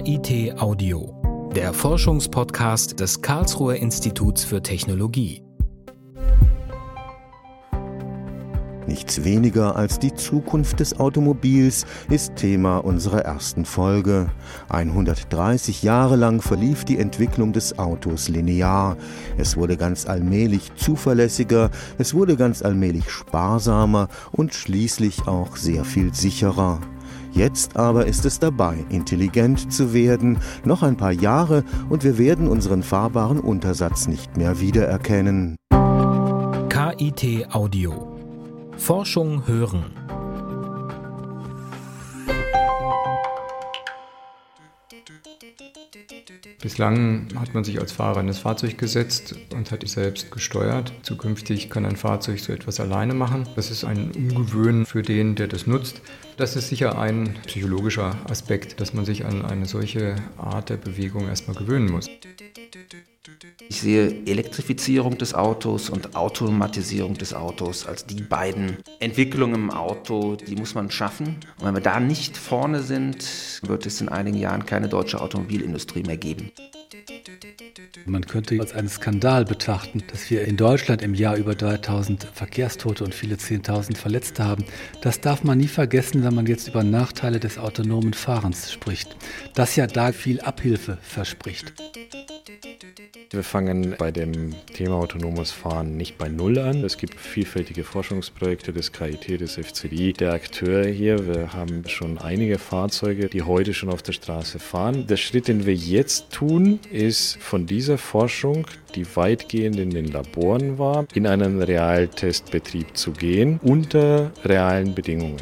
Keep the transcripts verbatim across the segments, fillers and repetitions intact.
K I T Audio, der Forschungspodcast des Karlsruher Instituts für Technologie. Nichts weniger als die Zukunft des Automobils ist Thema unserer ersten Folge. hundertdreißig Jahre lang verlief die Entwicklung des Autos linear. Es wurde ganz allmählich zuverlässiger, es wurde ganz allmählich sparsamer und schließlich auch sehr viel sicherer. Jetzt aber ist es dabei, intelligent zu werden. Noch ein paar Jahre und wir werden unseren fahrbaren Untersatz nicht mehr wiedererkennen. K I T Audio. Forschung hören. Bislang hat man sich als Fahrer in das Fahrzeug gesetzt und hat es selbst gesteuert. Zukünftig kann ein Fahrzeug so etwas alleine machen. Das ist ein Ungewöhnen für den, der das nutzt. Das ist sicher ein psychologischer Aspekt, dass man sich an eine solche Art der Bewegung erstmal gewöhnen muss. Ich sehe Elektrifizierung des Autos und Automatisierung des Autos als die beiden Entwicklungen im Auto, die muss man schaffen. Und wenn wir da nicht vorne sind, wird es in einigen Jahren keine deutsche Automobilindustrie mehr geben. Man könnte als einen Skandal betrachten, dass wir in Deutschland im Jahr über dreitausend Verkehrstote und viele zehntausend Verletzte haben. Das darf man nie vergessen, wenn man jetzt über Nachteile des autonomen Fahrens spricht, das ja da viel Abhilfe verspricht. Wir fangen bei dem Thema autonomes Fahren nicht bei Null an. Es gibt vielfältige Forschungsprojekte des K I T, des F Z I, der Akteure hier. Wir haben schon einige Fahrzeuge, die heute schon auf der Straße fahren. Der Schritt, den wir jetzt tun, ist von dieser Forschung, die weitgehend in den Laboren war, in einen Realtestbetrieb zu gehen, unter realen Bedingungen.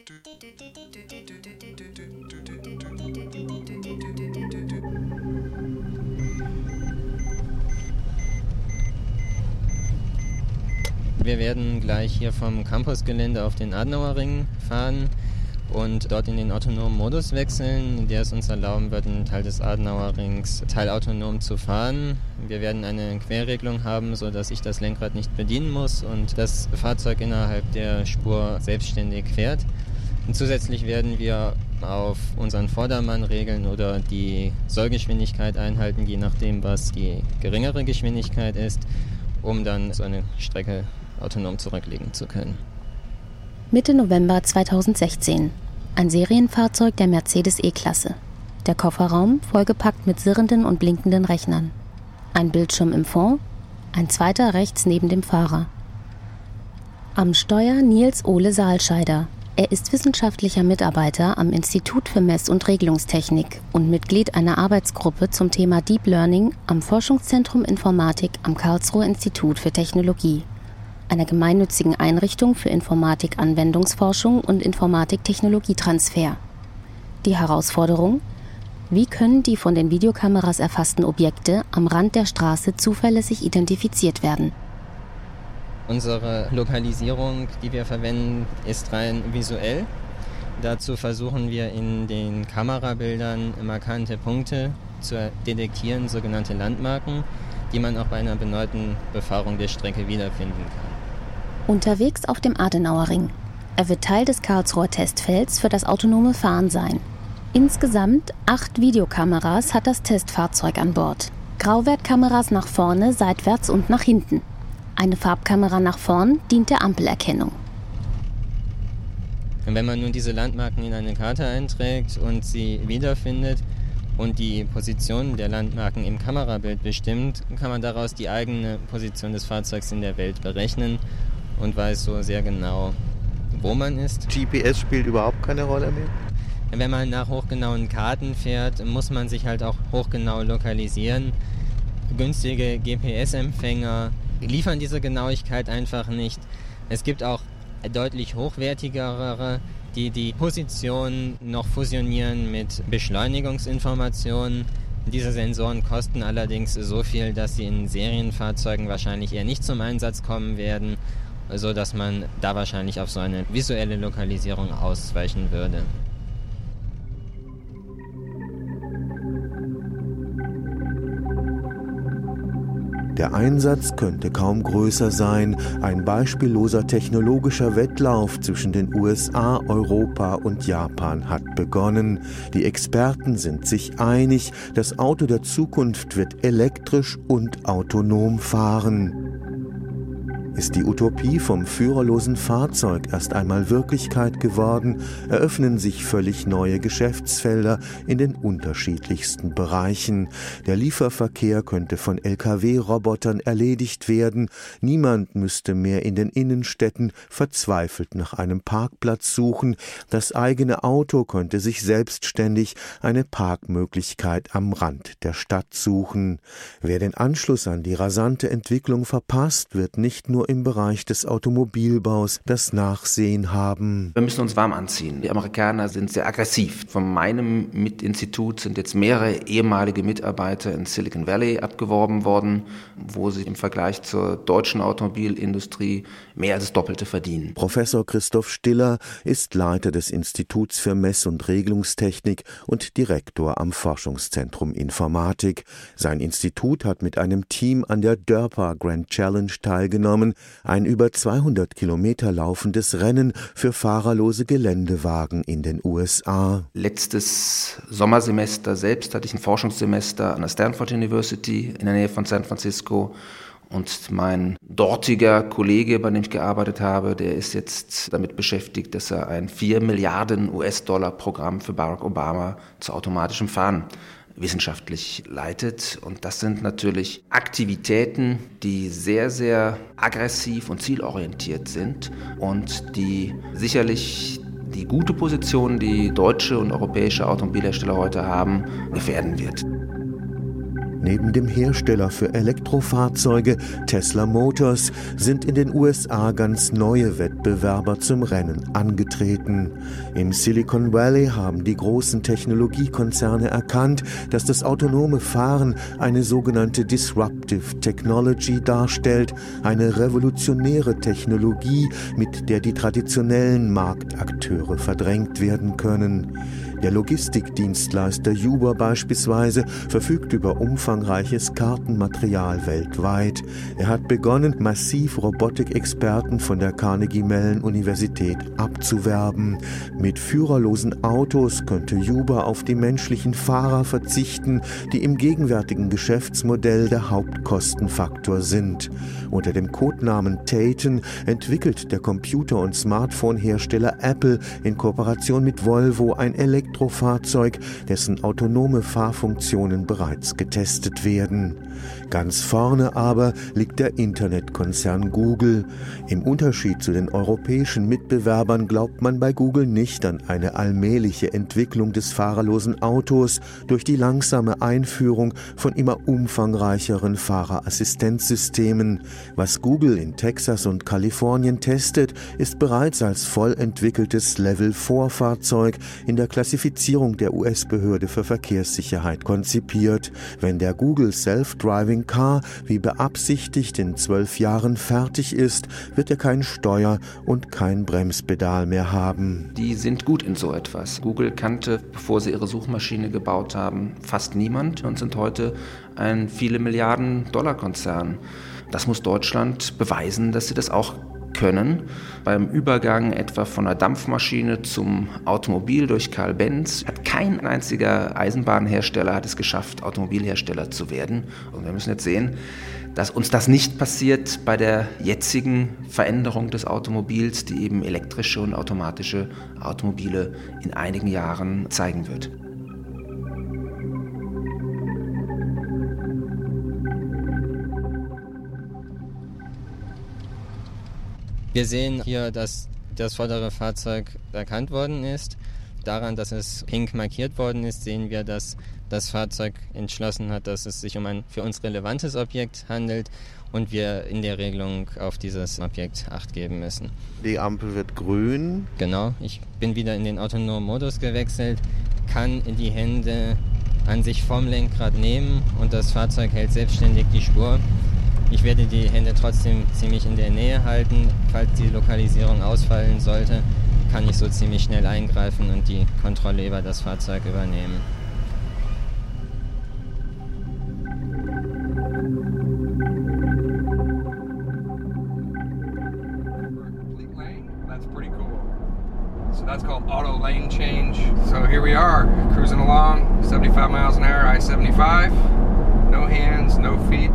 Wir werden gleich hier vom Campusgelände auf den Adenauerring fahren und dort in den autonomen Modus wechseln, der es uns erlauben wird, einen Teil des Adenauerrings teilautonom zu fahren. Wir werden eine Querregelung haben, sodass ich das Lenkrad nicht bedienen muss und das Fahrzeug innerhalb der Spur selbstständig fährt. Und zusätzlich werden wir auf unseren Vordermann regeln oder die Sollgeschwindigkeit einhalten, je nachdem, was die geringere Geschwindigkeit ist, um dann so eine Strecke autonom zurücklegen zu können. Mitte November zweitausendsechzehn. Ein Serienfahrzeug der Mercedes E-Klasse. Der Kofferraum vollgepackt mit sirrenden und blinkenden Rechnern. Ein Bildschirm im Fond, ein zweiter rechts neben dem Fahrer. Am Steuer Nils Ole Saalscheider. Er ist wissenschaftlicher Mitarbeiter am Institut für Mess- und Regelungstechnik und Mitglied einer Arbeitsgruppe zum Thema Deep Learning am Forschungszentrum Informatik am Karlsruher Institut für Technologie, einer gemeinnützigen Einrichtung für Informatik-Anwendungsforschung und Informatik-Technologietransfer. Die Herausforderung: Wie können die von den Videokameras erfassten Objekte am Rand der Straße zuverlässig identifiziert werden? Unsere Lokalisierung, die wir verwenden, ist rein visuell. Dazu versuchen wir in den Kamerabildern markante Punkte zu detektieren, sogenannte Landmarken, die man auch bei einer beneuten Befahrung der Strecke wiederfinden kann. Unterwegs auf dem Adenauerring. Er wird Teil des Karlsruher Testfelds für das autonome Fahren sein. Insgesamt acht Videokameras hat das Testfahrzeug an Bord. Grauwertkameras nach vorne, seitwärts und nach hinten. Eine Farbkamera nach vorn dient der Ampelerkennung. Und wenn man nun diese Landmarken in eine Karte einträgt und sie wiederfindet und die Position der Landmarken im Kamerabild bestimmt, kann man daraus die eigene Position des Fahrzeugs in der Welt berechnen und weiß so sehr genau, wo man ist. G P S spielt überhaupt keine Rolle mehr? Wenn man nach hochgenauen Karten fährt, muss man sich halt auch hochgenau lokalisieren. Günstige G P S-Empfänger liefern diese Genauigkeit einfach nicht. Es gibt auch deutlich hochwertigere, die die Position noch fusionieren mit Beschleunigungsinformationen. Diese Sensoren kosten allerdings so viel, dass sie in Serienfahrzeugen wahrscheinlich eher nicht zum Einsatz kommen werden, sodass man da wahrscheinlich auf so eine visuelle Lokalisierung ausweichen würde. Der Einsatz könnte kaum größer sein. Ein beispielloser technologischer Wettlauf zwischen den U S A, Europa und Japan hat begonnen. Die Experten sind sich einig, das Auto der Zukunft wird elektrisch und autonom fahren. Ist die Utopie vom führerlosen Fahrzeug erst einmal Wirklichkeit geworden, eröffnen sich völlig neue Geschäftsfelder in den unterschiedlichsten Bereichen. Der Lieferverkehr könnte von L K W-Robotern erledigt werden. Niemand müsste mehr in den Innenstädten verzweifelt nach einem Parkplatz suchen. Das eigene Auto könnte sich selbstständig eine Parkmöglichkeit am Rand der Stadt suchen. Wer den Anschluss an die rasante Entwicklung verpasst, wird nicht nur im Bereich des Automobilbaus das Nachsehen haben. Wir müssen uns warm anziehen. Die Amerikaner sind sehr aggressiv. Von meinem MIT-Institut sind jetzt mehrere ehemalige Mitarbeiter in Silicon Valley abgeworben worden, wo sie im Vergleich zur deutschen Automobilindustrie mehr als das Doppelte verdienen. Professor Christoph Stiller ist Leiter des Instituts für Mess- und Regelungstechnik und Direktor am Forschungszentrum Informatik. Sein Institut hat mit einem Team an der DARPA Grand Challenge teilgenommen, ein über zweihundert Kilometer laufendes Rennen für fahrerlose Geländewagen in den U S A. Letztes Sommersemester selbst hatte ich ein Forschungssemester an der Stanford University in der Nähe von San Francisco. Und mein dortiger Kollege, bei dem ich gearbeitet habe, der ist jetzt damit beschäftigt, dass er ein vier Milliarden U S-Dollar Programm für Barack Obama zu automatischem Fahren wissenschaftlich leitet. Und das sind natürlich Aktivitäten, die sehr, sehr aggressiv und zielorientiert sind und die sicherlich die gute Position, die deutsche und europäische Automobilhersteller heute haben, gefährden wird. Neben dem Hersteller für Elektrofahrzeuge Tesla Motors sind in den U S A ganz neue Wettbewerber zum Rennen angetreten. Im Silicon Valley haben die großen Technologiekonzerne erkannt, dass das autonome Fahren eine sogenannte Disruptive Technology darstellt, eine revolutionäre Technologie, mit der die traditionellen Marktakteure verdrängt werden können. Der Logistikdienstleister Uber beispielsweise verfügt über umfangreiches Kartenmaterial weltweit. Er hat begonnen, massiv Robotikexperten von der Carnegie Mellon Universität abzuwerben. Mit führerlosen Autos könnte Uber auf die menschlichen Fahrer verzichten, die im gegenwärtigen Geschäftsmodell der Hauptkostenfaktor sind. Unter dem Codenamen Titan entwickelt der Computer- und Smartphone-Hersteller Apple in Kooperation mit Volvo ein Elektrofahrzeug, Elektrofahrzeug, dessen autonome Fahrfunktionen bereits getestet werden. Ganz vorne aber liegt der Internetkonzern Google. Im Unterschied zu den europäischen Mitbewerbern glaubt man bei Google nicht an eine allmähliche Entwicklung des fahrerlosen Autos durch die langsame Einführung von immer umfangreicheren Fahrerassistenzsystemen. Was Google in Texas und Kalifornien testet, ist bereits als voll entwickeltes Level vier Fahrzeug in der Klassifizierung der U S-Behörde für Verkehrssicherheit konzipiert. Wenn der Google Self-Driving Car wie beabsichtigt in zwölf Jahren fertig ist, wird er kein Steuer- und kein Bremspedal mehr haben. Die sind gut in so etwas. Google kannte, bevor sie ihre Suchmaschine gebaut haben, fast niemand und sind heute ein viele Milliarden Dollar Konzern. Das muss Deutschland beweisen, dass sie das auch können. Beim Übergang etwa von einer Dampfmaschine zum Automobil durch Karl Benz hat kein einziger Eisenbahnhersteller hat es geschafft, Automobilhersteller zu werden. Und wir müssen jetzt sehen, dass uns das nicht passiert bei der jetzigen Veränderung des Automobils, die eben elektrische und automatische Automobile in einigen Jahren zeigen wird. Wir sehen hier, dass das vordere Fahrzeug erkannt worden ist. Daran, dass es pink markiert worden ist, sehen wir, dass das Fahrzeug entschlossen hat, dass es sich um ein für uns relevantes Objekt handelt und wir in der Regelung auf dieses Objekt Acht geben müssen. Die Ampel wird grün. Genau, ich bin wieder in den autonomen Modus gewechselt, kann die Hände an sich vom Lenkrad nehmen und das Fahrzeug hält selbstständig die Spur. Ich werde die Hände trotzdem ziemlich in der Nähe halten. Falls die Lokalisierung ausfallen sollte, kann ich so ziemlich schnell eingreifen und die Kontrolle über das Fahrzeug übernehmen. So here we are, cruising along, seventy-five miles an hour, I seventy-five, no hands, no feet.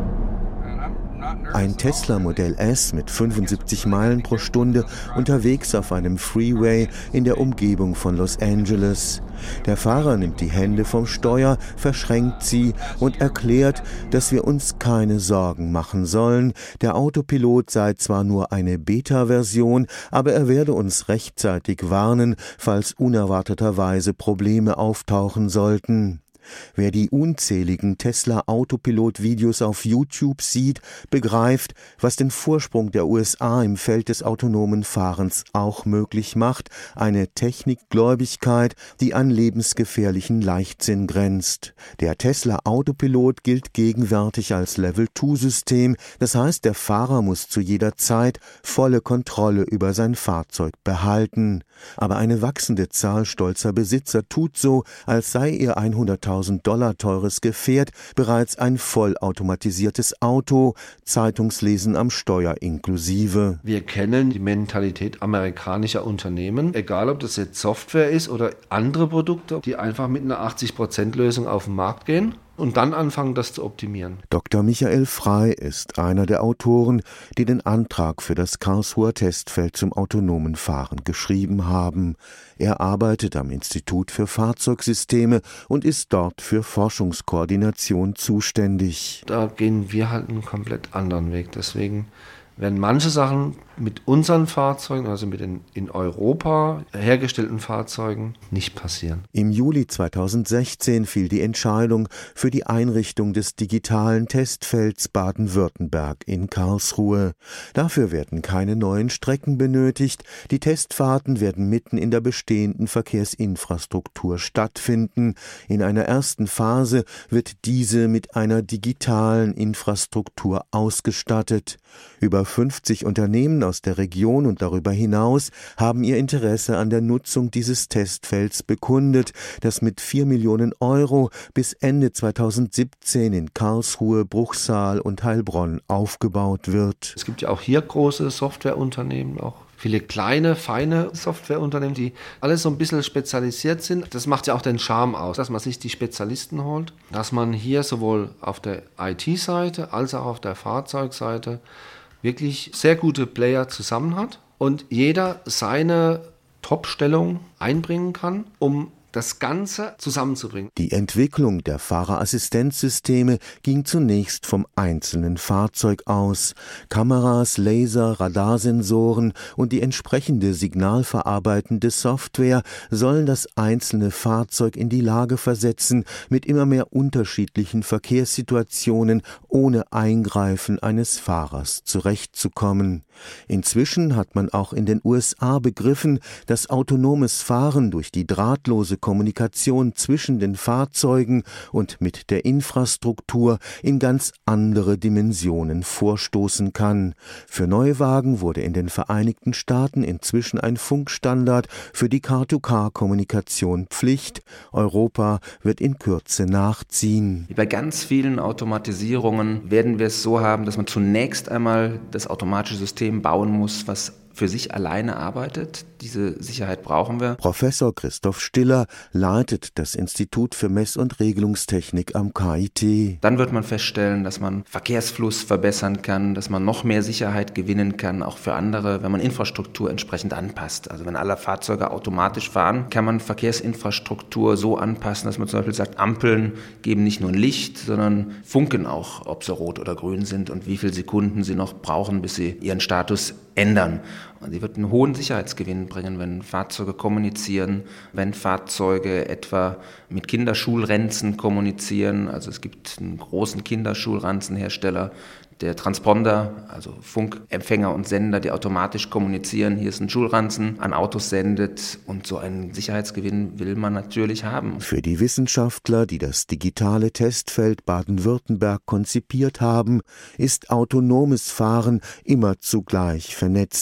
Ein Tesla Modell S mit fünfundsiebzig Meilen pro Stunde unterwegs auf einem Freeway in der Umgebung von Los Angeles. Der Fahrer nimmt die Hände vom Steuer, verschränkt sie und erklärt, dass wir uns keine Sorgen machen sollen. Der Autopilot sei zwar nur eine Beta-Version, aber er werde uns rechtzeitig warnen, falls unerwarteterweise Probleme auftauchen sollten. Wer die unzähligen Tesla-Autopilot-Videos auf YouTube sieht, begreift, was den Vorsprung der U S A im Feld des autonomen Fahrens auch möglich macht, eine Technikgläubigkeit, die an lebensgefährlichen Leichtsinn grenzt. Der Tesla-Autopilot gilt gegenwärtig als Level zwei System, das heißt, der Fahrer muss zu jeder Zeit volle Kontrolle über sein Fahrzeug behalten. Aber eine wachsende Zahl stolzer Besitzer tut so, als sei ihr hunderttausend Dollar teures Gefährt bereits ein vollautomatisiertes Auto, Zeitungslesen am Steuer inklusive. Wir kennen die Mentalität amerikanischer Unternehmen, egal ob das jetzt Software ist oder andere Produkte, die einfach mit einer achtzig Prozent Lösung auf den Markt gehen und dann anfangen, das zu optimieren. Doktor Michael Frey ist einer der Autoren, die den Antrag für das Karlsruher Testfeld zum autonomen Fahren geschrieben haben. Er arbeitet am Institut für Fahrzeugsysteme und ist dort für Forschungskoordination zuständig. Da gehen wir halt einen komplett anderen Weg. Deswegen werden manche Sachen mit unseren Fahrzeugen, also mit den in Europa hergestellten Fahrzeugen, nicht passieren. Im Juli zweitausendsechzehn fiel die Entscheidung für die Einrichtung des digitalen Testfelds Baden-Württemberg in Karlsruhe. Dafür werden keine neuen Strecken benötigt. Die Testfahrten werden mitten in der bestehenden Verkehrsinfrastruktur stattfinden. In einer ersten Phase wird diese mit einer digitalen Infrastruktur ausgestattet. Über fünfzig Unternehmen aus der Region und darüber hinaus haben ihr Interesse an der Nutzung dieses Testfelds bekundet, das mit vier Millionen Euro bis Ende zweitausendsiebzehn in Karlsruhe, Bruchsal und Heilbronn aufgebaut wird. Es gibt ja auch hier große Softwareunternehmen, auch viele kleine, feine Softwareunternehmen, die alle so ein bisschen spezialisiert sind. Das macht ja auch den Charme aus, dass man sich die Spezialisten holt, dass man hier sowohl auf der I T-Seite als auch auf der Fahrzeugseite wirklich sehr gute Player zusammen hat und jeder seine Top-Stellung einbringen kann, um das Ganze zusammenzubringen. Die Entwicklung der Fahrerassistenzsysteme ging zunächst vom einzelnen Fahrzeug aus. Kameras, Laser, Radarsensoren und die entsprechende signalverarbeitende Software sollen das einzelne Fahrzeug in die Lage versetzen, mit immer mehr unterschiedlichen Verkehrssituationen ohne Eingreifen eines Fahrers zurechtzukommen. Inzwischen hat man auch in den U S A begriffen, dass autonomes Fahren durch die drahtlose Kommunikation zwischen den Fahrzeugen und mit der Infrastruktur in ganz andere Dimensionen vorstoßen kann. Für Neuwagen wurde in den Vereinigten Staaten inzwischen ein Funkstandard für die Car-to-Car-Kommunikation Pflicht. Europa wird in Kürze nachziehen. Wie bei ganz vielen Automatisierungen werden wir es so haben, dass man zunächst einmal das automatische System bauen muss, was für sich alleine arbeitet. Diese Sicherheit brauchen wir. Professor Christoph Stiller leitet das Institut für Mess- und Regelungstechnik am K I T. Dann wird man feststellen, dass man Verkehrsfluss verbessern kann, dass man noch mehr Sicherheit gewinnen kann, auch für andere, wenn man Infrastruktur entsprechend anpasst. Also wenn alle Fahrzeuge automatisch fahren, kann man Verkehrsinfrastruktur so anpassen, dass man zum Beispiel sagt, Ampeln geben nicht nur Licht, sondern funken auch, ob sie rot oder grün sind und wie viele Sekunden sie noch brauchen, bis sie ihren Status ändern. Und sie wird einen hohen Sicherheitsgewinn bringen, wenn Fahrzeuge kommunizieren, wenn Fahrzeuge etwa mit Kinderschulranzen kommunizieren. Also es gibt einen großen Kinderschulranzenhersteller, der Transponder, also Funkempfänger und Sender, die automatisch kommunizieren, hier ist ein Schulranzen, an Autos sendet, und so einen Sicherheitsgewinn will man natürlich haben. Für die Wissenschaftler, die das digitale Testfeld Baden-Württemberg konzipiert haben, ist autonomes Fahren immer zugleich vernetztes Fahren.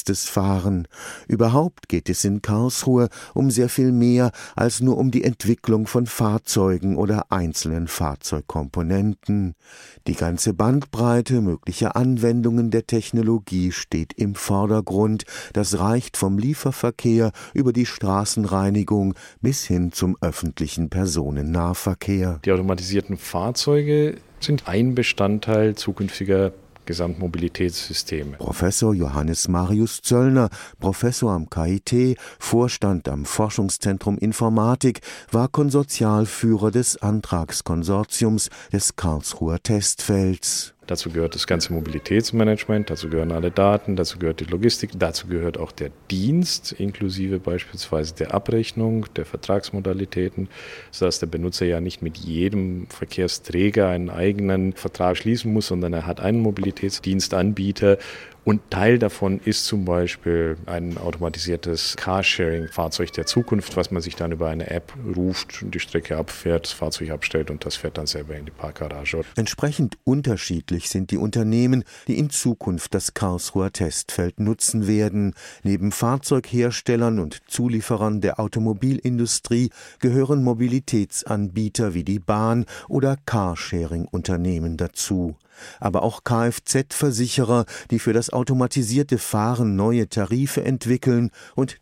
Fahren. Überhaupt geht es in Karlsruhe um sehr viel mehr als nur um die Entwicklung von Fahrzeugen oder einzelnen Fahrzeugkomponenten. Die ganze Bandbreite möglicher Anwendungen der Technologie steht im Vordergrund. Das reicht vom Lieferverkehr über die Straßenreinigung bis hin zum öffentlichen Personennahverkehr. Die automatisierten Fahrzeuge sind ein Bestandteil zukünftiger Gesamtmobilitätssysteme. Professor Johannes Marius Zöllner, Professor am K I T, Vorstand am Forschungszentrum Informatik, war Konsortialführer des Antragskonsortiums des Karlsruher Testfelds. Dazu gehört das ganze Mobilitätsmanagement, dazu gehören alle Daten, dazu gehört die Logistik, dazu gehört auch der Dienst, inklusive beispielsweise der Abrechnung, der Vertragsmodalitäten, sodass der Benutzer ja nicht mit jedem Verkehrsträger einen eigenen Vertrag schließen muss, sondern er hat einen Mobilitätsdienstanbieter. Und Teil davon ist zum Beispiel ein automatisiertes Carsharing-Fahrzeug der Zukunft, was man sich dann über eine App ruft, die Strecke abfährt, das Fahrzeug abstellt und das fährt dann selber in die Parkgarage. Entsprechend unterschiedlich sind die Unternehmen, die in Zukunft das Karlsruher Testfeld nutzen werden. Neben Fahrzeugherstellern und Zulieferern der Automobilindustrie gehören Mobilitätsanbieter wie die Bahn oder Carsharing-Unternehmen dazu. Aber auch Kfz-Versicherer, die für das automatisierte Fahren neue Tarife entwickeln, und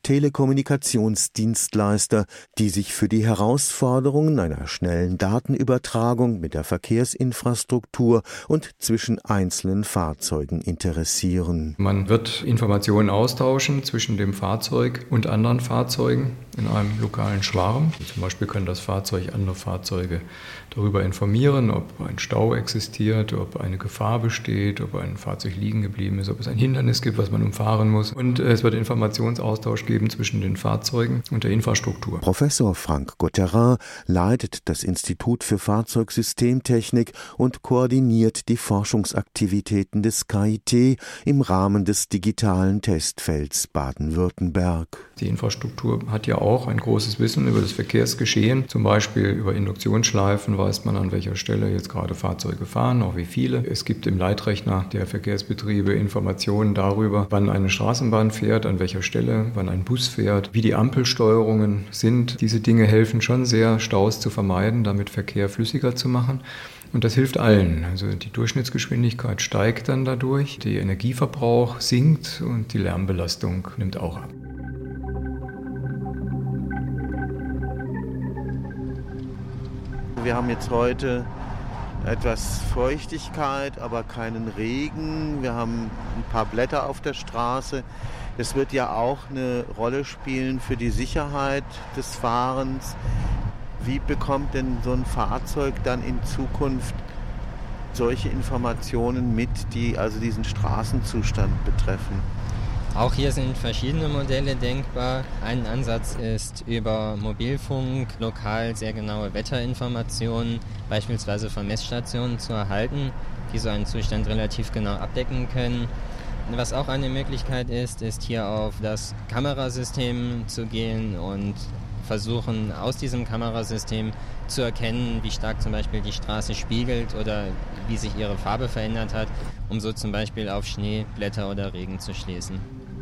Telekommunikationsdienstleister, die sich für die Herausforderungen einer schnellen Datenübertragung mit der Verkehrsinfrastruktur und zwischen einzelnen Fahrzeugen interessieren. Man wird Informationen austauschen zwischen dem Fahrzeug und anderen Fahrzeugen in einem lokalen Schwarm. Zum Beispiel kann das Fahrzeug andere Fahrzeuge darüber informieren, ob ein Stau existiert, ob eine Gefahr besteht, ob ein Fahrzeug liegen geblieben ist, ob es ein Hindernis gibt, was man umfahren muss. Und es wird Informationsaustausch geben zwischen den Fahrzeugen und der Infrastruktur. Professor Frank Gauthierin leitet das Institut für Fahrzeugsystemtechnik und koordiniert die Forschungsaktivitäten des K I T im Rahmen des digitalen Testfelds Baden-Württemberg. Die Infrastruktur hat ja auch ein großes Wissen über das Verkehrsgeschehen. Zum Beispiel über Induktionsschleifen weiß man, an welcher Stelle jetzt gerade Fahrzeuge fahren, auch wie viele. Es gibt im Leitrechner der Verkehrsbetriebe Informationen darüber, wann eine Straßenbahn fährt, an welcher Stelle, wann ein Bus fährt, wie die Ampelsteuerungen sind. Diese Dinge helfen schon sehr, Staus zu vermeiden, damit Verkehr flüssiger zu machen. Und das hilft allen. Also die Durchschnittsgeschwindigkeit steigt dann dadurch, der Energieverbrauch sinkt und die Lärmbelastung nimmt auch ab. Wir haben jetzt heute etwas Feuchtigkeit, aber keinen Regen. Wir haben ein paar Blätter auf der Straße. Das wird ja auch eine Rolle spielen für die Sicherheit des Fahrens. Wie bekommt denn so ein Fahrzeug dann in Zukunft solche Informationen mit, die also diesen Straßenzustand betreffen? Auch hier sind verschiedene Modelle denkbar. Ein Ansatz ist über Mobilfunk lokal sehr genaue Wetterinformationen, beispielsweise von Messstationen, zu erhalten, die so einen Zustand relativ genau abdecken können. Was auch eine Möglichkeit ist, ist hier auf das Kamerasystem zu gehen und versuchen, aus diesem Kamerasystem zu erkennen, wie stark zum Beispiel die Straße spiegelt oder wie sich ihre Farbe verändert hat, um so zum Beispiel auf Schnee, Blätter oder Regen zu schließen.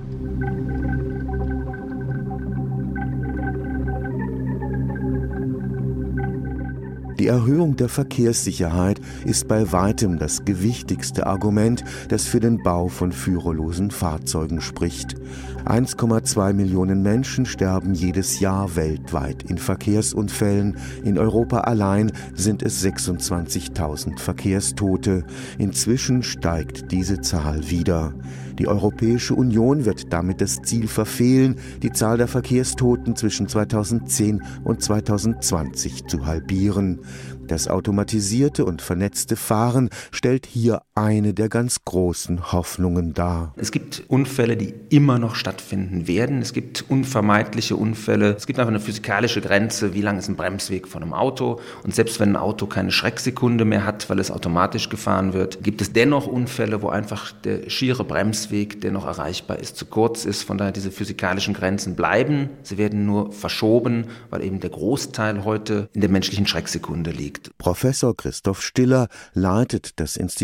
Die Erhöhung der Verkehrssicherheit ist bei weitem das gewichtigste Argument, das für den Bau von führerlosen Fahrzeugen spricht. eins Komma zwei Millionen Menschen sterben jedes Jahr weltweit in Verkehrsunfällen. In Europa allein sind es sechsundzwanzigtausend Verkehrstote. Inzwischen steigt diese Zahl wieder. Die Europäische Union wird damit das Ziel verfehlen, die Zahl der Verkehrstoten zwischen zweitausendzehn und zweitausendzwanzig zu halbieren. Das automatisierte und vernetzte Fahren stellt hier eine der ganz großen Hoffnungen dar. Es gibt Unfälle, die immer noch stattfinden werden. Es gibt unvermeidliche Unfälle. Es gibt einfach eine physikalische Grenze, wie lang ist ein Bremsweg von einem Auto. Und selbst wenn ein Auto keine Schrecksekunde mehr hat, weil es automatisch gefahren wird, gibt es dennoch Unfälle, wo einfach der schiere Bremsweg, der noch erreichbar ist, zu kurz ist. Von daher diese physikalischen Grenzen bleiben. Sie werden nur verschoben, weil eben der Großteil heute in der menschlichen Schrecksekunde liegt. Professor Christoph Stiller leitet das Institut für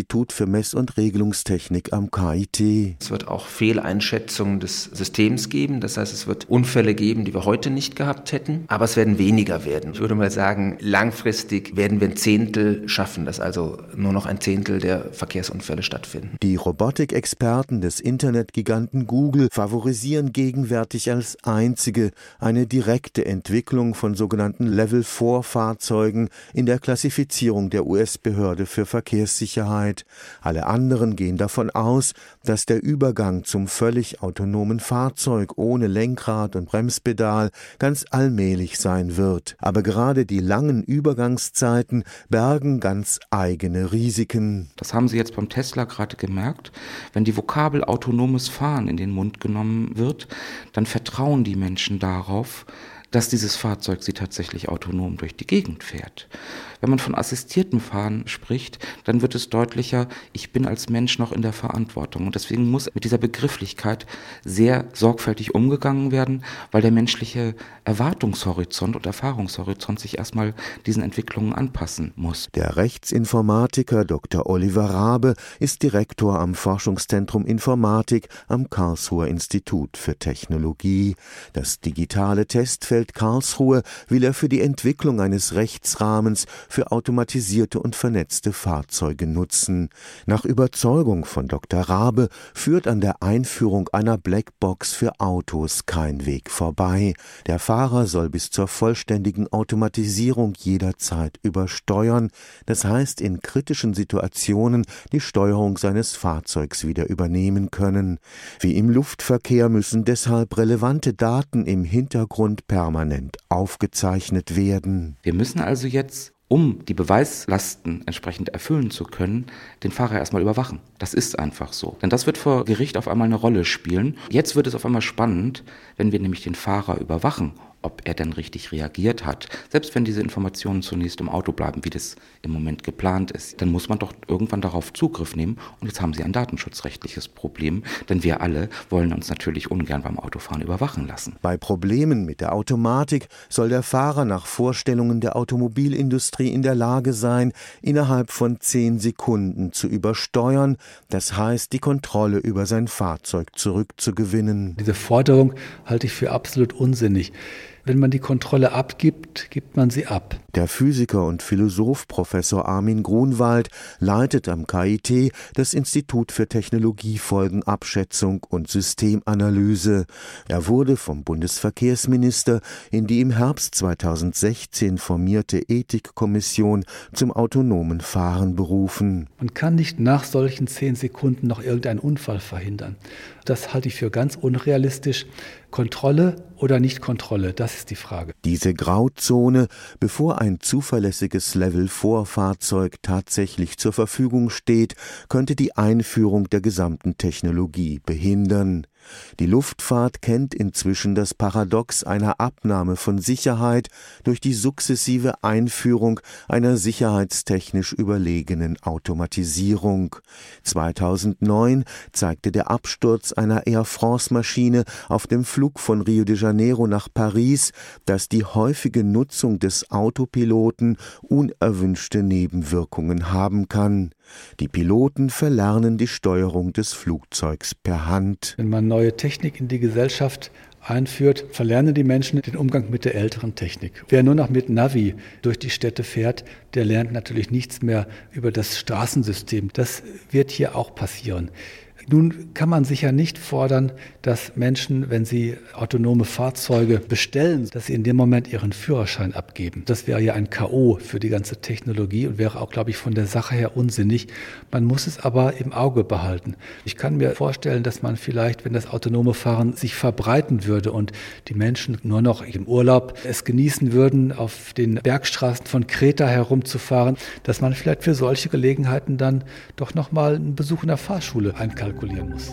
für Mess- und Regelungstechnik am K I T. Es wird auch Fehleinschätzungen des Systems geben. Das heißt, es wird Unfälle geben, die wir heute nicht gehabt hätten. Aber es werden weniger werden. Ich würde mal sagen, langfristig werden wir ein Zehntel schaffen, dass also nur noch ein Zehntel der Verkehrsunfälle stattfinden. Die Robotikexperten des Internetgiganten Google favorisieren gegenwärtig als einzige eine direkte Entwicklung von sogenannten Level vier Fahrzeugen in der Klassifizierung der U S-Behörde für Verkehrssicherheit. Alle anderen gehen davon aus, dass der Übergang zum völlig autonomen Fahrzeug ohne Lenkrad und Bremspedal ganz allmählich sein wird. Aber gerade die langen Übergangszeiten bergen ganz eigene Risiken. Das haben Sie jetzt beim Tesla gerade gemerkt. Wenn die Vokabel autonomes Fahren in den Mund genommen wird, dann vertrauen die Menschen darauf, dass dieses Fahrzeug sie tatsächlich autonom durch die Gegend fährt. Wenn man von assistiertem Fahren spricht, dann wird es deutlicher, ich bin als Mensch noch in der Verantwortung. Und deswegen muss mit dieser Begrifflichkeit sehr sorgfältig umgegangen werden, weil der menschliche Erwartungshorizont und Erfahrungshorizont sich erstmal diesen Entwicklungen anpassen muss. Der Rechtsinformatiker Doktor Oliver Rabe ist Direktor am Forschungszentrum Informatik am Karlsruher Institut für Technologie. Das digitale Testfeld Karlsruhe will er für die Entwicklung eines Rechtsrahmens für automatisierte und vernetzte Fahrzeuge nutzen. Nach Überzeugung von Doktor Rabe führt an der Einführung einer Blackbox für Autos kein Weg vorbei. Der Fahrer soll bis zur vollständigen Automatisierung jederzeit übersteuern, das heißt in kritischen Situationen die Steuerung seines Fahrzeugs wieder übernehmen können. Wie im Luftverkehr müssen deshalb relevante Daten im Hintergrund permanent aufgezeichnet werden. Wir müssen also jetzt, um die Beweislasten entsprechend erfüllen zu können, den Fahrer erstmal überwachen. Das ist einfach so. Denn das wird vor Gericht auf einmal eine Rolle spielen. Jetzt wird es auf einmal spannend, wenn wir nämlich den Fahrer überwachen, ob er denn richtig reagiert hat. Selbst wenn diese Informationen zunächst im Auto bleiben, wie das im Moment geplant ist, dann muss man doch irgendwann darauf Zugriff nehmen. Und jetzt haben Sie ein datenschutzrechtliches Problem, denn wir alle wollen uns natürlich ungern beim Autofahren überwachen lassen. Bei Problemen mit der Automatik soll der Fahrer nach Vorstellungen der Automobilindustrie in der Lage sein, innerhalb von zehn Sekunden zu übersteuern, das heißt, die Kontrolle über sein Fahrzeug zurückzugewinnen. Diese Forderung halte ich für absolut unsinnig. Wenn man die Kontrolle abgibt, gibt man sie ab. Der Physiker und Philosoph Professor Armin Grunwald leitet am K I T das Institut für Technologiefolgenabschätzung und Systemanalyse. Er wurde vom Bundesverkehrsminister in die im Herbst zweitausendsechzehn formierte Ethikkommission zum autonomen Fahren berufen. Man kann nicht nach solchen zehn Sekunden noch irgendeinen Unfall verhindern. Das halte ich für ganz unrealistisch. Kontrolle oder Nicht-Kontrolle, das ist die Frage. Diese Grauzone, bevor ein zuverlässiges Level vier Fahrzeug tatsächlich zur Verfügung steht, könnte die Einführung der gesamten Technologie behindern. Die Luftfahrt kennt inzwischen das Paradox einer Abnahme von Sicherheit durch die sukzessive Einführung einer sicherheitstechnisch überlegenen Automatisierung. zweitausendneun zeigte der Absturz einer Air France-Maschine auf dem Flug von Rio de Janeiro nach Paris, dass die häufige Nutzung des Autopiloten unerwünschte Nebenwirkungen haben kann. Die Piloten verlernen die Steuerung des Flugzeugs per Hand. Wenn man neue Technik in die Gesellschaft einführt, verlernen die Menschen den Umgang mit der älteren Technik. Wer nur noch mit Navi durch die Städte fährt, der lernt natürlich nichts mehr über das Straßensystem. Das wird hier auch passieren. Nun kann man sicher nicht fordern, dass Menschen, wenn sie autonome Fahrzeuge bestellen, dass sie in dem Moment ihren Führerschein abgeben. Das wäre ja ein K O für die ganze Technologie und wäre auch, glaube ich, von der Sache her unsinnig. Man muss es aber im Auge behalten. Ich kann mir vorstellen, dass man vielleicht, wenn das autonome Fahren sich verbreiten würde und die Menschen nur noch im Urlaub es genießen würden, auf den Bergstraßen von Kreta herumzufahren, dass man vielleicht für solche Gelegenheiten dann doch nochmal einen Besuch in der Fahrschule einkalkulieren muss.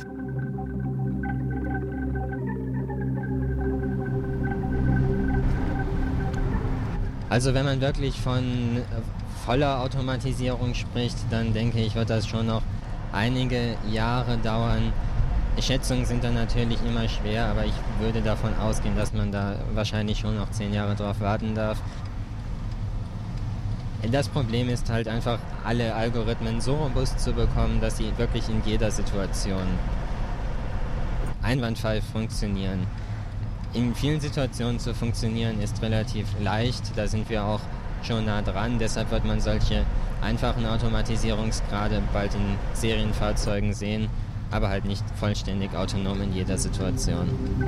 Also wenn man wirklich von voller Automatisierung spricht, dann denke ich, wird das schon noch einige Jahre dauern. Schätzungen sind dann natürlich immer schwer, aber ich würde davon ausgehen, dass man da wahrscheinlich schon noch zehn Jahre drauf warten darf. Das Problem ist halt einfach, alle Algorithmen so robust zu bekommen, dass sie wirklich in jeder Situation einwandfrei funktionieren. In vielen Situationen zu funktionieren ist relativ leicht, da sind wir auch schon nah dran. Deshalb wird man solche einfachen Automatisierungsgrade bald in Serienfahrzeugen sehen, aber halt nicht vollständig autonom in jeder Situation.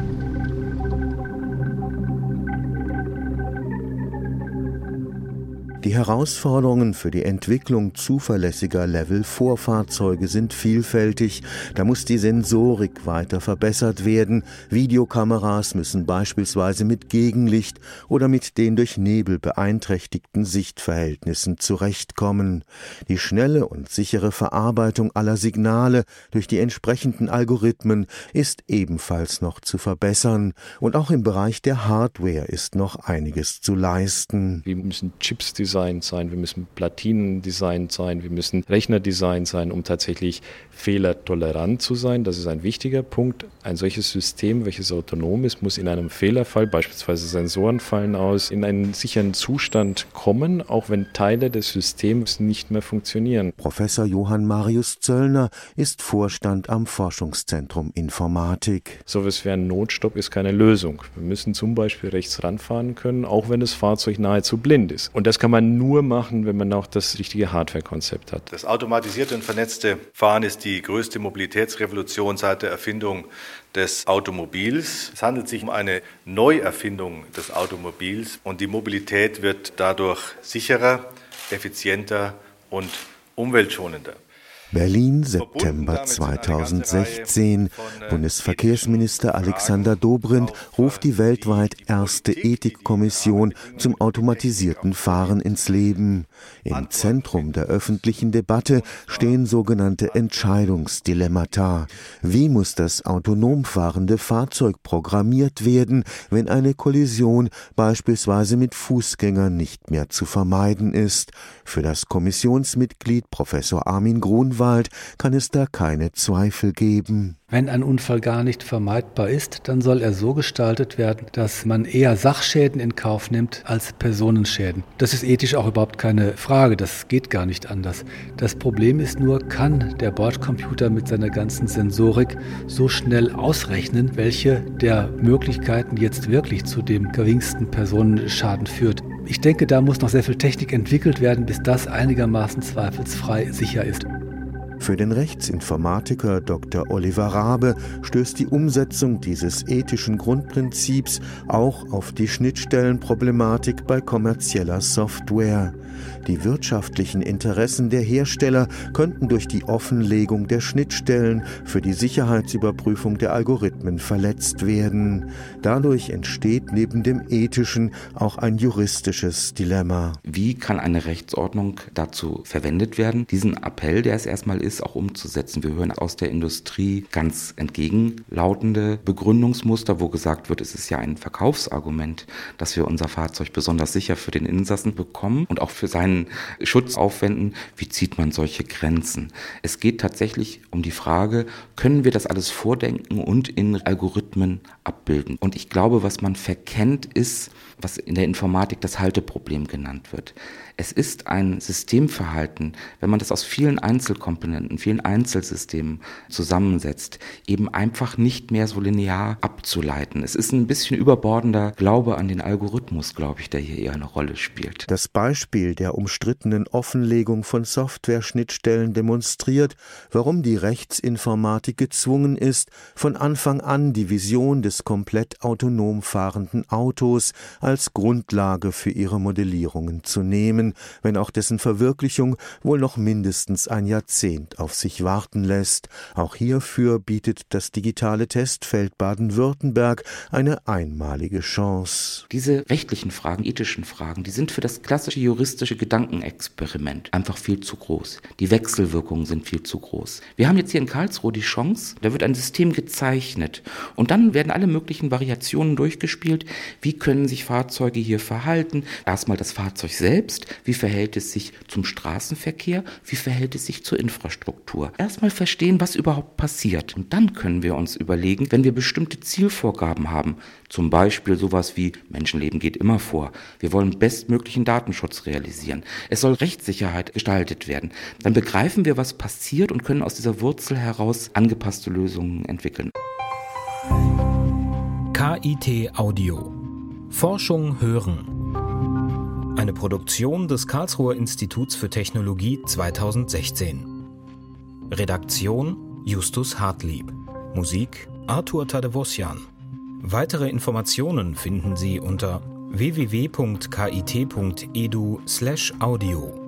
Die Herausforderungen für die Entwicklung zuverlässiger Level-vier-Fahrzeuge sind vielfältig. Da muss die Sensorik weiter verbessert werden. Videokameras müssen beispielsweise mit Gegenlicht oder mit den durch Nebel beeinträchtigten Sichtverhältnissen zurechtkommen. Die schnelle und sichere Verarbeitung aller Signale durch die entsprechenden Algorithmen ist ebenfalls noch zu verbessern. Und auch im Bereich der Hardware ist noch einiges zu leisten. Wir müssen Chips designen sein, wir müssen Platinen designt sein, wir müssen Rechner designt sein, um tatsächlich fehlertolerant zu sein. Das ist ein wichtiger Punkt. Ein solches System, welches autonom ist, muss in einem Fehlerfall, beispielsweise Sensoren fallen aus, in einen sicheren Zustand kommen, auch wenn Teile des Systems nicht mehr funktionieren. Professor Johann Marius Zöllner ist Vorstand am Forschungszentrum Informatik. So etwas wie ein Notstopp ist keine Lösung. Wir müssen zum Beispiel rechts ranfahren können, auch wenn das Fahrzeug nahezu blind ist. Und das kann man nur machen, wenn man auch das richtige Hardware-Konzept hat. Das automatisierte und vernetzte Fahren ist die größte Mobilitätsrevolution seit der Erfindung des Automobils. Es handelt sich um eine Neuerfindung des Automobils und die Mobilität wird dadurch sicherer, effizienter und umweltschonender. Berlin, September zweitausendsechzehn. Bundesverkehrsminister Alexander Dobrindt ruft die weltweit erste Ethikkommission zum automatisierten Fahren ins Leben. Im Zentrum der öffentlichen Debatte stehen sogenannte Entscheidungsdilemmata. Wie muss das autonom fahrende Fahrzeug programmiert werden, wenn eine Kollision beispielsweise mit Fußgängern nicht mehr zu vermeiden ist? Für das Kommissionsmitglied Professor Armin Grunwald kann es da keine Zweifel geben. Wenn ein Unfall gar nicht vermeidbar ist, dann soll er so gestaltet werden, dass man eher Sachschäden in Kauf nimmt als Personenschäden. Das ist ethisch auch überhaupt keine Frage, das geht gar nicht anders. Das Problem ist nur, kann der Bordcomputer mit seiner ganzen Sensorik so schnell ausrechnen, welche der Möglichkeiten jetzt wirklich zu dem geringsten Personenschaden führt. Ich denke, da muss noch sehr viel Technik entwickelt werden, bis das einigermaßen zweifelsfrei sicher ist. Für den Rechtsinformatiker Doktor Oliver Rabe stößt die Umsetzung dieses ethischen Grundprinzips auch auf die Schnittstellenproblematik bei kommerzieller Software. Die wirtschaftlichen Interessen der Hersteller könnten durch die Offenlegung der Schnittstellen für die Sicherheitsüberprüfung der Algorithmen verletzt werden. Dadurch entsteht neben dem ethischen auch ein juristisches Dilemma. Wie kann eine Rechtsordnung dazu verwendet werden, diesen Appell, der es erstmal ist, auch umzusetzen? Wir hören aus der Industrie ganz entgegenlautende Begründungsmuster, wo gesagt wird, es ist ja ein Verkaufsargument, dass wir unser Fahrzeug besonders sicher für den Insassen bekommen und auch für seinen Schutz aufwenden. Wie zieht man solche Grenzen? Es geht tatsächlich um die Frage, können wir das alles vordenken und in Algorithmen abbilden? Und ich glaube, was man verkennt, ist, was in der Informatik das Halteproblem genannt wird. Es ist ein Systemverhalten, wenn man das aus vielen Einzelkomponenten, vielen Einzelsystemen zusammensetzt, eben einfach nicht mehr so linear abzuleiten. Es ist ein bisschen überbordender Glaube an den Algorithmus, glaube ich, der hier eher eine Rolle spielt. Das Beispiel der umstrittenen Offenlegung von Software-Schnittstellen demonstriert, warum die Rechtsinformatik gezwungen ist, von Anfang an die Vision des komplett autonom fahrenden Autos als Grundlage für ihre Modellierungen zu nehmen, wenn auch dessen Verwirklichung wohl noch mindestens ein Jahrzehnt auf sich warten lässt. Auch hierfür bietet das digitale Testfeld Baden-Württemberg eine einmalige Chance. Diese rechtlichen Fragen, ethischen Fragen, die sind für das klassische juristische Gedankenexperiment einfach viel zu groß. Die Wechselwirkungen sind viel zu groß. Wir haben jetzt hier in Karlsruhe die Chance, da wird ein System gezeichnet und dann werden alle möglichen Variationen durchgespielt. Wie können sich Fahrzeuge hier verhalten? Erstmal das Fahrzeug selbst. Wie verhält es sich zum Straßenverkehr? Wie verhält es sich zur Infrastruktur? Infrastruktur. Erstmal verstehen, was überhaupt passiert. Und dann können wir uns überlegen, wenn wir bestimmte Zielvorgaben haben, zum Beispiel sowas wie Menschenleben geht immer vor. Wir wollen bestmöglichen Datenschutz realisieren. Es soll Rechtssicherheit gestaltet werden. Dann begreifen wir, was passiert und können aus dieser Wurzel heraus angepasste Lösungen entwickeln. K I T Audio. Forschung hören. Eine Produktion des Karlsruher Instituts für Technologie zweitausendsechzehn. Redaktion Justus Hartlieb. Musik Arthur Tadevosyan. Weitere Informationen finden Sie unter w w w punkt k i t punkt e d u slash audio.